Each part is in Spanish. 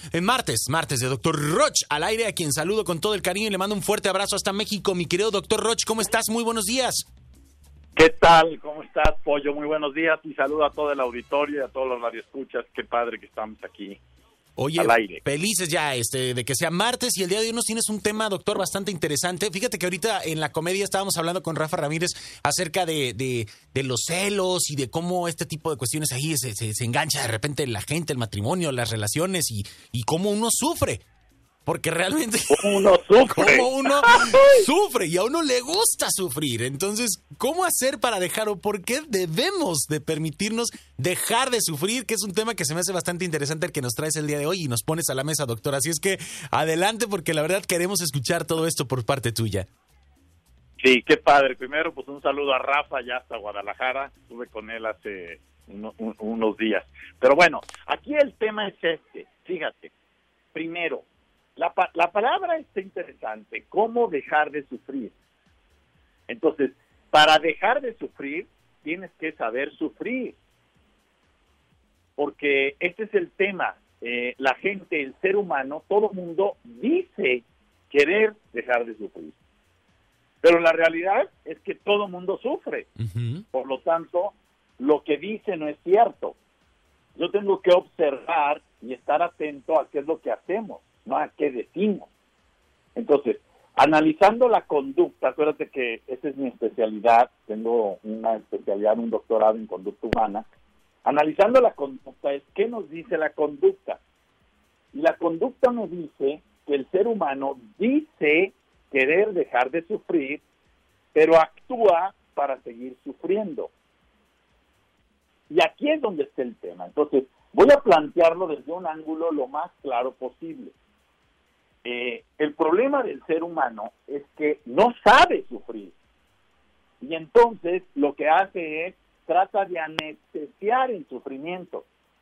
Martes de Dr. Roch al aire, a quien saludo con todo el cariño y le mando un fuerte abrazo hasta México. Mi querido Dr. Roch, ¿cómo estás? Muy buenos días. ¿Qué tal? ¿Cómo estás, Pollo? Muy buenos días y saludo a todo el auditorio y a todos los radioescuchas. Qué padre que estamos aquí. Oye, al aire. Felices ya de que sea martes, y el día de hoy nos tienes un tema, doctor, bastante interesante. Fíjate que ahorita en la comedia estábamos hablando con Rafa Ramírez acerca de los celos y de cómo este tipo de cuestiones ahí se engancha de repente la gente, el matrimonio, las relaciones y cómo uno sufre. Porque realmente... ¿Cómo uno sufre? ¿Cómo uno sufre? Y a uno le gusta sufrir. Entonces, ¿cómo hacer para dejar o por qué debemos de permitirnos dejar de sufrir? Que es un tema que se me hace bastante interesante el que nos traes el día de hoy y nos pones a la mesa, doctor. Así es que adelante, porque la verdad queremos escuchar todo esto por parte tuya. Sí, qué padre. Primero, pues un saludo a Rafa, ya hasta Guadalajara. Estuve con él hace unos días. Pero bueno, aquí el tema es este. Fíjate, primero, la palabra está interesante, ¿cómo dejar de sufrir? Entonces, para dejar de sufrir, tienes que saber sufrir. Porque este es el tema. La gente, el ser humano, todo el mundo dice querer dejar de sufrir. Pero la realidad es que todo el mundo sufre. Uh-huh. Por lo tanto, lo que dice no es cierto. Yo tengo que observar y estar atento a qué es lo que hacemos, no a qué decimos. Entonces, analizando la conducta, acuérdate que esa es mi especialidad, tengo una especialidad, un doctorado en conducta humana. Analizando la conducta es qué nos dice la conducta. Y la conducta nos dice que el ser humano dice querer dejar de sufrir, pero actúa para seguir sufriendo. Y aquí es donde está el tema. Entonces, voy a plantearlo desde un ángulo lo más claro posible. El problema del ser humano es que no sabe sufrir. Y entonces lo que hace es trata de anestesiar el sufrimiento,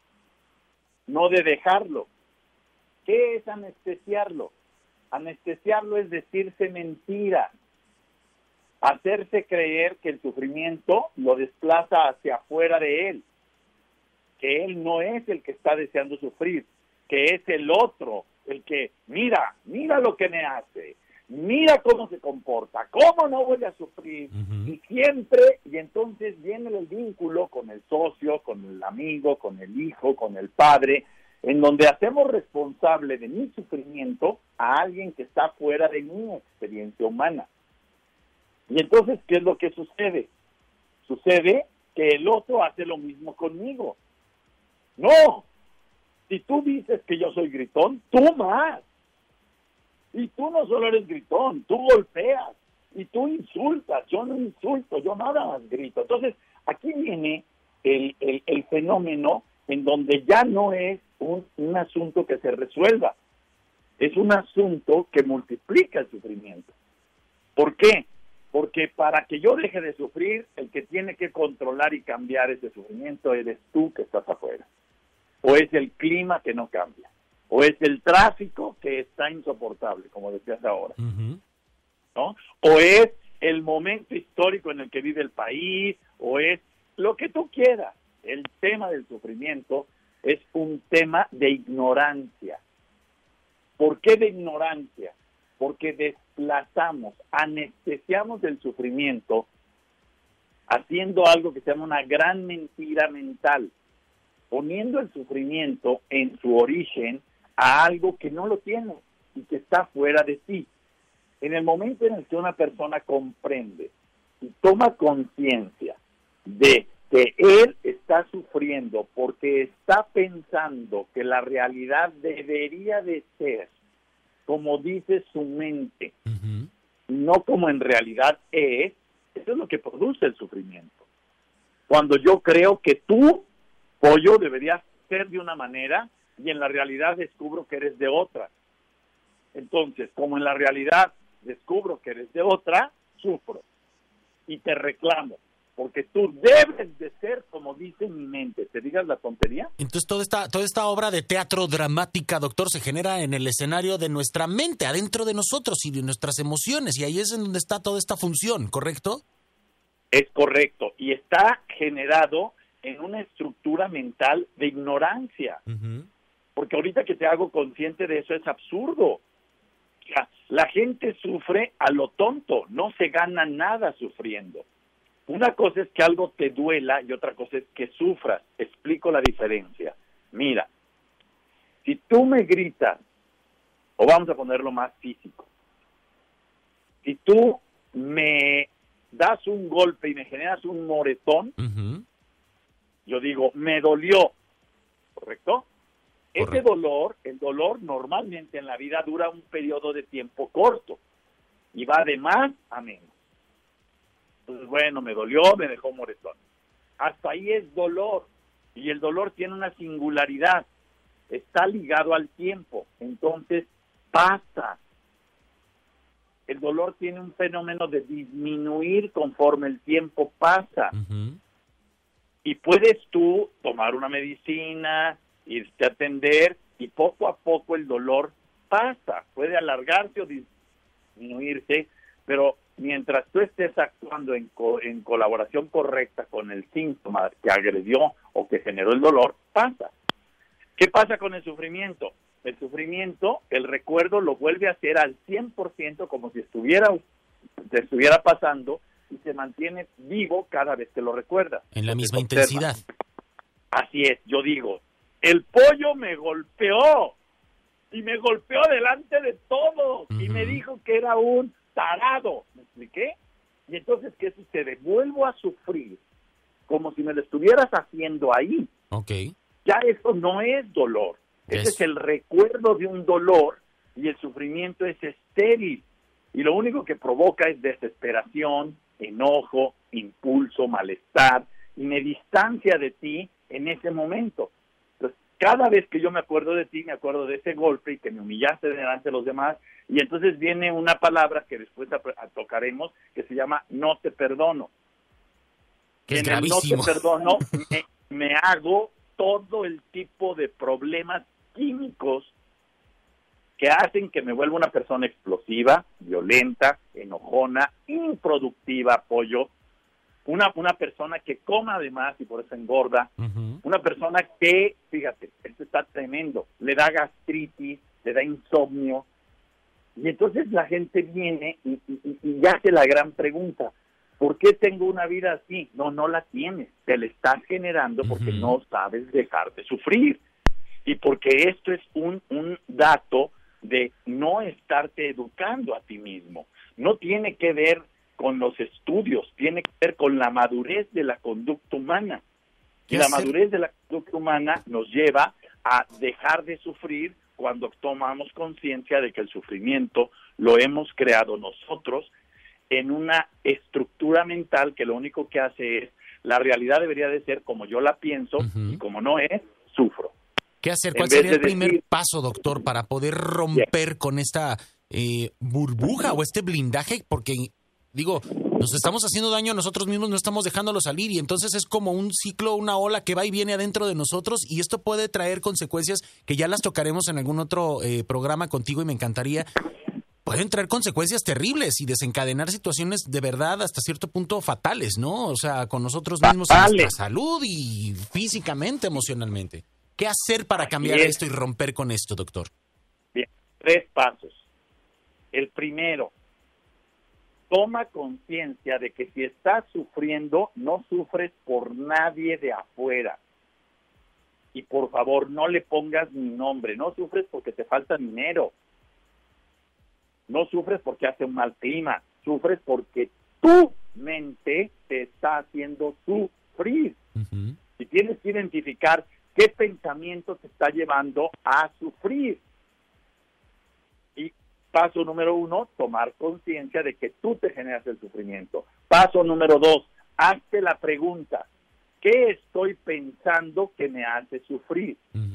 no de dejarlo. ¿Qué es anestesiarlo? Anestesiarlo es decirse mentiras, hacerse creer que el sufrimiento lo desplaza hacia afuera de él, que él no es el que está deseando sufrir, que es el otro, el que, mira lo que me hace, mira cómo se comporta, cómo no vuelve a sufrir, Uh-huh. y siempre, y entonces viene el vínculo con el socio, con el amigo, con el hijo, con el padre, en donde hacemos responsable de mi sufrimiento a alguien que está fuera de mi experiencia humana. Y entonces, ¿qué es lo que sucede? Sucede que el otro hace lo mismo conmigo. No, si tú dices que yo soy gritón, tú más. Y tú no solo eres gritón, tú golpeas y tú insultas. Yo no insulto, yo nada más grito. Entonces, aquí viene el fenómeno en donde ya no es un asunto que se resuelva. Es un asunto que multiplica el sufrimiento. ¿Por qué? Porque para que yo deje de sufrir, el que tiene que controlar y cambiar ese sufrimiento eres tú que estás afuera. O es el clima que no cambia. O es el tráfico que está insoportable, como decías ahora. Uh-huh. ¿No? O es el momento histórico en el que vive el país, o es lo que tú quieras. El tema del sufrimiento es un tema de ignorancia. ¿Por qué de ignorancia? Porque desplazamos, anestesiamos el sufrimiento haciendo algo que se llama una gran mentira mental, poniendo el sufrimiento en su origen a algo que no lo tiene y que está fuera de ti. En el momento en el que una persona comprende y toma conciencia de que él está sufriendo porque está pensando que la realidad debería de ser como dice su mente, Uh-huh. no como en realidad es, eso es lo que produce el sufrimiento. Cuando yo creo que tú, pollo, deberías ser de una manera y en la realidad descubro que eres de otra. Entonces, como en la realidad descubro que eres de otra, sufro y te reclamo, porque tú debes de ser como dice mi mente. ¿Te digas la tontería? Entonces toda esta obra de teatro dramática, doctor, se genera en el escenario de nuestra mente, adentro de nosotros y de nuestras emociones, y ahí es en donde está toda esta función, ¿correcto? Es correcto, y está generado en una estructura mental de ignorancia. Uh-huh. porque ahorita que te hago consciente de eso es absurdo. O sea, la gente sufre a lo tonto, no se gana nada sufriendo. Una cosa es que algo te duela y otra cosa es que sufras. Explico la diferencia. Mira, si tú me gritas, o vamos a ponerlo más físico, si tú me das un golpe y me generas un moretón, yo digo, me dolió, ¿correcto? Ese dolor, el dolor normalmente en la vida dura un periodo de tiempo corto y va de más a menos. Entonces, bueno, me dolió, me dejó moretón. Hasta ahí es dolor, y el dolor tiene una singularidad, está ligado al tiempo, entonces pasa. El dolor tiene un fenómeno de disminuir conforme el tiempo pasa. Y puedes tú tomar una medicina, irte a atender, y poco a poco el dolor pasa. Puede alargarse o disminuirse, pero mientras tú estés actuando en colaboración correcta con el síntoma que agredió o que generó el dolor, pasa. ¿Qué pasa con el sufrimiento? El sufrimiento, el recuerdo lo vuelve a hacer al 100% como si te estuviera pasando, y se mantiene vivo cada vez que lo recuerdas. En la misma intensidad. Así es, yo digo, el pollo me golpeó, y me golpeó delante de todos, y me dijo que era un tarado, ¿me expliqué? Y entonces, ¿qué sucede? Vuelvo a sufrir como si me lo estuvieras haciendo ahí. Okay. Ya eso no es dolor. Ese es el recuerdo de un dolor, y el sufrimiento es estéril. Y lo único que provoca es desesperación, enojo, impulso, malestar, y me distancia de ti en ese momento. Entonces, cada vez que yo me acuerdo de ti, me acuerdo de ese golpe y que me humillaste delante de los demás, y entonces viene una palabra que después tocaremos, que se llama no te perdono. Que es en el gravísimo. No te perdono, me hago todo el tipo de problemas químicos que hacen que me vuelva una persona explosiva, violenta, enojona, improductiva, pollo, una persona que coma además y por eso engorda, una persona que, fíjate, esto está tremendo, le da gastritis, le da insomnio, y entonces la gente viene y hace la gran pregunta, ¿por qué tengo una vida así? No la tienes, te la estás generando porque no sabes dejar de sufrir, y porque esto es un dato de no estarte educando a ti mismo. No tiene que ver con los estudios, tiene que ver con la madurez de la conducta humana. Y la madurez de la conducta humana nos lleva a dejar de sufrir cuando tomamos conciencia de que el sufrimiento lo hemos creado nosotros en una estructura mental que lo único que hace es, la realidad debería de ser como yo la pienso, y como no es, sufro. ¿Qué hacer? ¿Cuál sería el primer paso, doctor, para poder romper con esta burbuja o este blindaje? Porque, digo, nos estamos haciendo daño a nosotros mismos, no estamos dejándolo salir, y entonces es como un ciclo, una ola que va y viene adentro de nosotros, y esto puede traer consecuencias que ya las tocaremos en algún otro programa contigo, y me encantaría. Pueden traer consecuencias terribles y desencadenar situaciones de verdad hasta cierto punto fatales, ¿no? O sea, con nosotros mismos, en nuestra salud y físicamente, emocionalmente. ¿Qué hacer para cambiar esto y romper con esto, doctor? Bien, 3 pasos. El primero, toma conciencia de que si estás sufriendo, no sufres por nadie de afuera. Y por favor, no le pongas mi nombre. No sufres porque te falta dinero. No sufres porque hace un mal clima. Sufres porque tu mente te está haciendo sufrir. Y tienes que identificar qué pensamiento te está llevando a sufrir. Y paso número 1, tomar conciencia de que tú te generas el sufrimiento. Paso número 2, hazte la pregunta, ¿qué estoy pensando que me hace sufrir?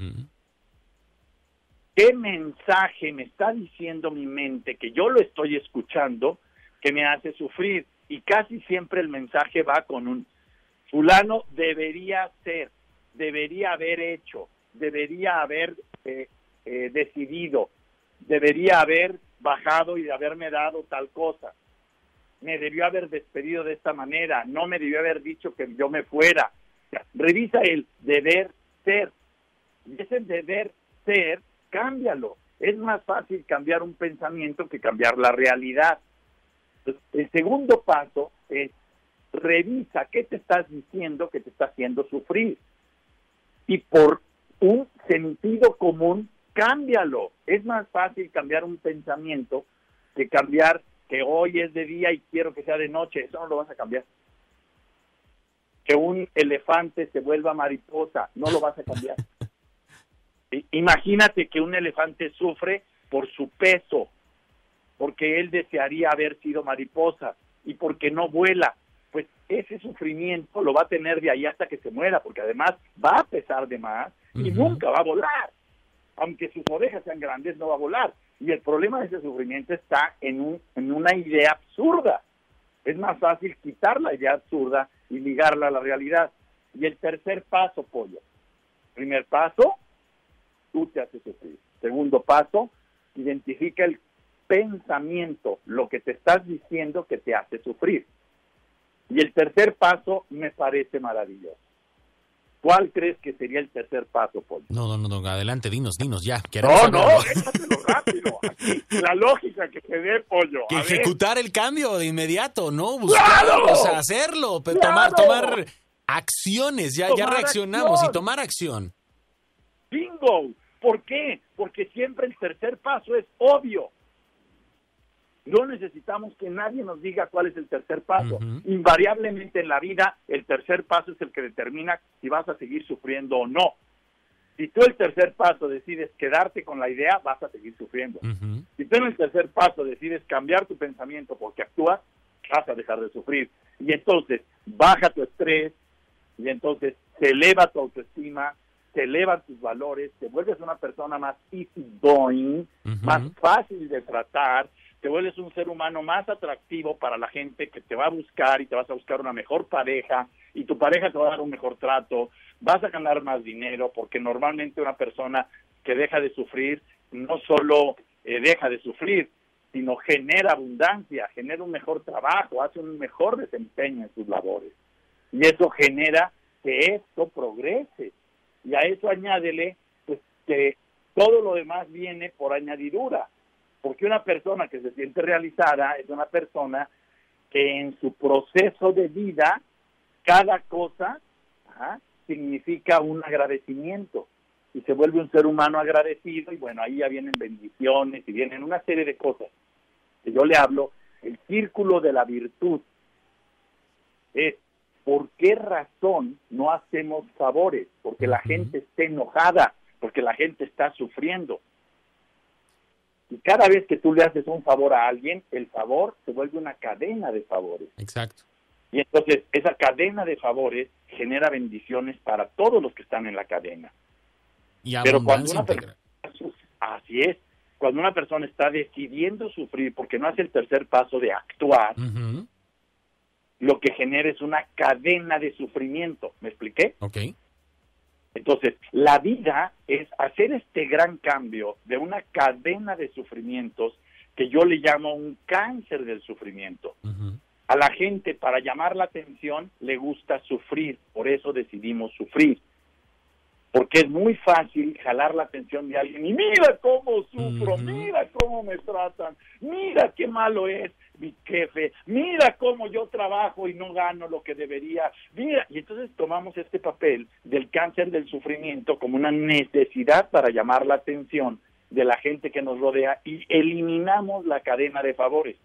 ¿Qué mensaje me está diciendo mi mente que yo lo estoy escuchando que me hace sufrir? Y casi siempre el mensaje va con un fulano debería ser, debería haber hecho, debería haber decidido, debería haber bajado y haberme dado tal cosa, me debió haber despedido de esta manera, no me debió haber dicho que yo me fuera. O sea, revisa el deber ser, y ese deber ser, cámbialo. Es más fácil cambiar un pensamiento que cambiar la realidad. Entonces, el segundo paso es revisa qué te estás diciendo que te está haciendo sufrir. Y por un sentido común, cámbialo. Es más fácil cambiar un pensamiento que cambiar que hoy es de día y quiero que sea de noche. Eso no lo vas a cambiar. Que un elefante se vuelva mariposa, no lo vas a cambiar. Imagínate que un elefante sufre por su peso, porque él desearía haber sido mariposa y porque no vuela. Pues ese sufrimiento lo va a tener de ahí hasta que se muera, porque además va a pesar de más y nunca va a volar. Aunque sus orejas sean grandes, no va a volar. Y el problema de ese sufrimiento está en una idea absurda. Es más fácil quitar la idea absurda y ligarla a la realidad. Y el tercer paso, Pollo. Primer paso, tú te haces sufrir. Segundo paso, identifica el pensamiento, lo que te estás diciendo que te hace sufrir. Y el tercer paso me parece maravilloso. ¿Cuál crees que sería el tercer paso, Pollo? No, adelante, dinos, ya. Déjatelo rápido. Aquí, la lógica que se dé, Pollo. Que ejecutar el cambio de inmediato, ¿no? ¡Claro! O sea, hacerlo, pero ¡Claro! tomar acciones, ya reaccionamos acción. Y tomar acción. ¡Bingo! ¿Por qué? Porque siempre el tercer paso es obvio. No necesitamos que nadie nos diga cuál es el tercer paso. Invariablemente en la vida, el tercer paso es el que determina si vas a seguir sufriendo o no. Si tú el tercer paso decides quedarte con la idea, vas a seguir sufriendo. Si tú en el tercer paso decides cambiar tu pensamiento porque actúas, vas a dejar de sufrir. Y entonces baja tu estrés, y entonces se eleva tu autoestima, se elevan tus valores, te vuelves una persona más easygoing, más fácil de tratar, te vuelves un ser humano más atractivo para la gente que te va a buscar y te vas a buscar una mejor pareja y tu pareja te va a dar un mejor trato, vas a ganar más dinero porque normalmente una persona que deja de sufrir no solo deja de sufrir, sino genera abundancia, genera un mejor trabajo, hace un mejor desempeño en sus labores y eso genera que esto progrese y a eso añádele pues que todo lo demás viene por añadidura. Porque una persona que se siente realizada es una persona que en su proceso de vida, cada cosa significa un agradecimiento. Y se vuelve un ser humano agradecido y bueno, ahí ya vienen bendiciones y vienen una serie de cosas. Que yo le hablo, el círculo de la virtud es ¿por qué razón no hacemos favores? Porque la gente está enojada, porque la gente está sufriendo. Y cada vez que tú le haces un favor a alguien, el favor se vuelve una cadena de favores. Exacto. Y entonces esa cadena de favores genera bendiciones para todos los que están en la cadena. Y pero cuando una persona, así es, cuando una persona está decidiendo sufrir porque no hace el tercer paso de actuar, lo que genera es una cadena de sufrimiento. ¿Me expliqué? Ok. Entonces, la vida es hacer este gran cambio de una cadena de sufrimientos que yo le llamo un cáncer del sufrimiento. A la gente, para llamar la atención, le gusta sufrir, por eso decidimos sufrir. Porque es muy fácil jalar la atención de alguien y mira cómo sufro, mira cómo me tratan, mira qué malo es mi jefe, mira cómo yo trabajo y no gano lo que debería, mira, y entonces tomamos este papel del cáncer del sufrimiento como una necesidad para llamar la atención de la gente que nos rodea y eliminamos la cadena de favores.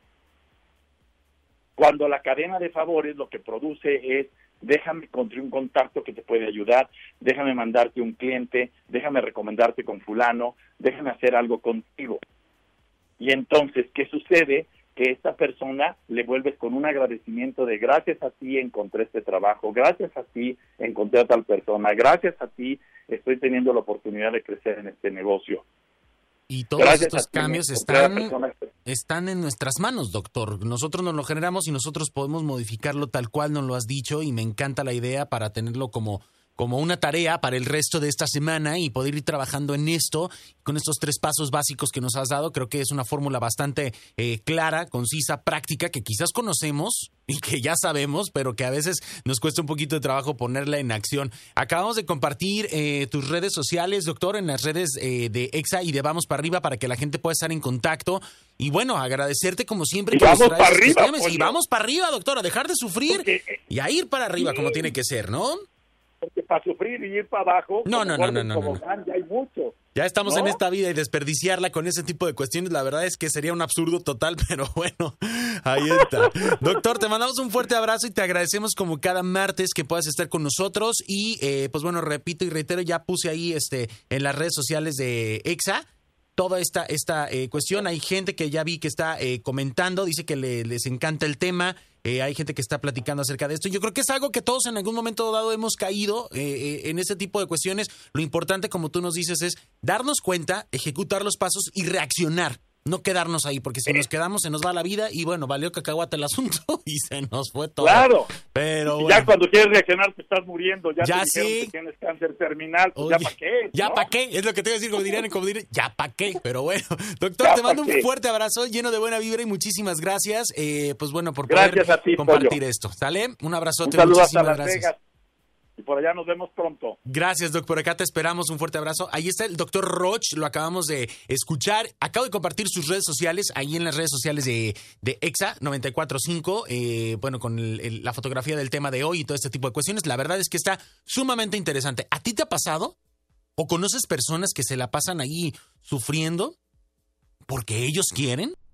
Cuando la cadena de favores lo que produce es déjame construir un contacto que te puede ayudar, déjame mandarte un cliente, déjame recomendarte con fulano, déjame hacer algo contigo. Y entonces, ¿qué sucede? Que esta persona le vuelves con un agradecimiento de gracias a ti encontré este trabajo, gracias a ti encontré a tal persona, gracias a ti estoy teniendo la oportunidad de crecer en este negocio. Y todos estos cambios están en nuestras manos, doctor. Nosotros nos lo generamos y nosotros podemos modificarlo tal cual nos lo has dicho y me encanta la idea para tenerlo como como una tarea para el resto de esta semana y poder ir trabajando en esto, con estos 3 pasos básicos que nos has dado. Creo que es una fórmula bastante clara, concisa, práctica, que quizás conocemos y que ya sabemos, pero que a veces nos cuesta un poquito de trabajo ponerla en acción. Acabamos de compartir tus redes sociales, doctor, en las redes de EXA y de Vamos para Arriba para que la gente pueda estar en contacto. Y bueno, agradecerte como siempre. Y que vamos nos traes para estos arriba, temas. Y vamos para arriba, doctor, a dejar de sufrir y a ir para arriba como tiene que ser, ¿no? Porque para sufrir y ir para abajo, No. ya hay mucho. Ya estamos ¿no? en esta vida y desperdiciarla con ese tipo de cuestiones, la verdad es que sería un absurdo total, pero bueno, ahí está. Doctor, te mandamos un fuerte abrazo y te agradecemos como cada martes que puedas estar con nosotros y pues bueno, repito y reitero, ya puse ahí en las redes sociales de EXA toda esta cuestión. Hay gente que ya vi que está comentando, dice que les encanta el tema. Hay gente que está platicando acerca de esto. Yo creo que es algo que todos en algún momento dado hemos caído en este tipo de cuestiones. Lo importante, como tú nos dices, es darnos cuenta, ejecutar los pasos y reaccionar. No quedarnos ahí, porque si nos quedamos se nos va la vida y bueno, valió cacahuate el asunto y se nos fue todo. Claro. Pero bueno. Ya cuando quieres reaccionar te estás muriendo, ya te dijeron sí. que tienes cáncer terminal, pues oye, ya para qué. Ya ¿no? para qué, es lo que te voy a decir, como dirían, ya para qué, pero bueno. Doctor, te mando un fuerte abrazo lleno de buena vibra y muchísimas gracias, pues bueno, por poder compartir esto, ¿sale? Un abrazote, muchísimas gracias. Vegas. Y por allá nos vemos pronto. Gracias, Doc. Por acá te esperamos. Un fuerte abrazo. Ahí está el doctor Roch. Lo acabamos de escuchar. Acabo de compartir sus redes sociales. Ahí en las redes sociales de EXA 94.5. Bueno, con la fotografía del tema de hoy y todo este tipo de cuestiones. La verdad es que está sumamente interesante. ¿A ti te ha pasado? ¿O conoces personas que se la pasan ahí sufriendo porque ellos quieren?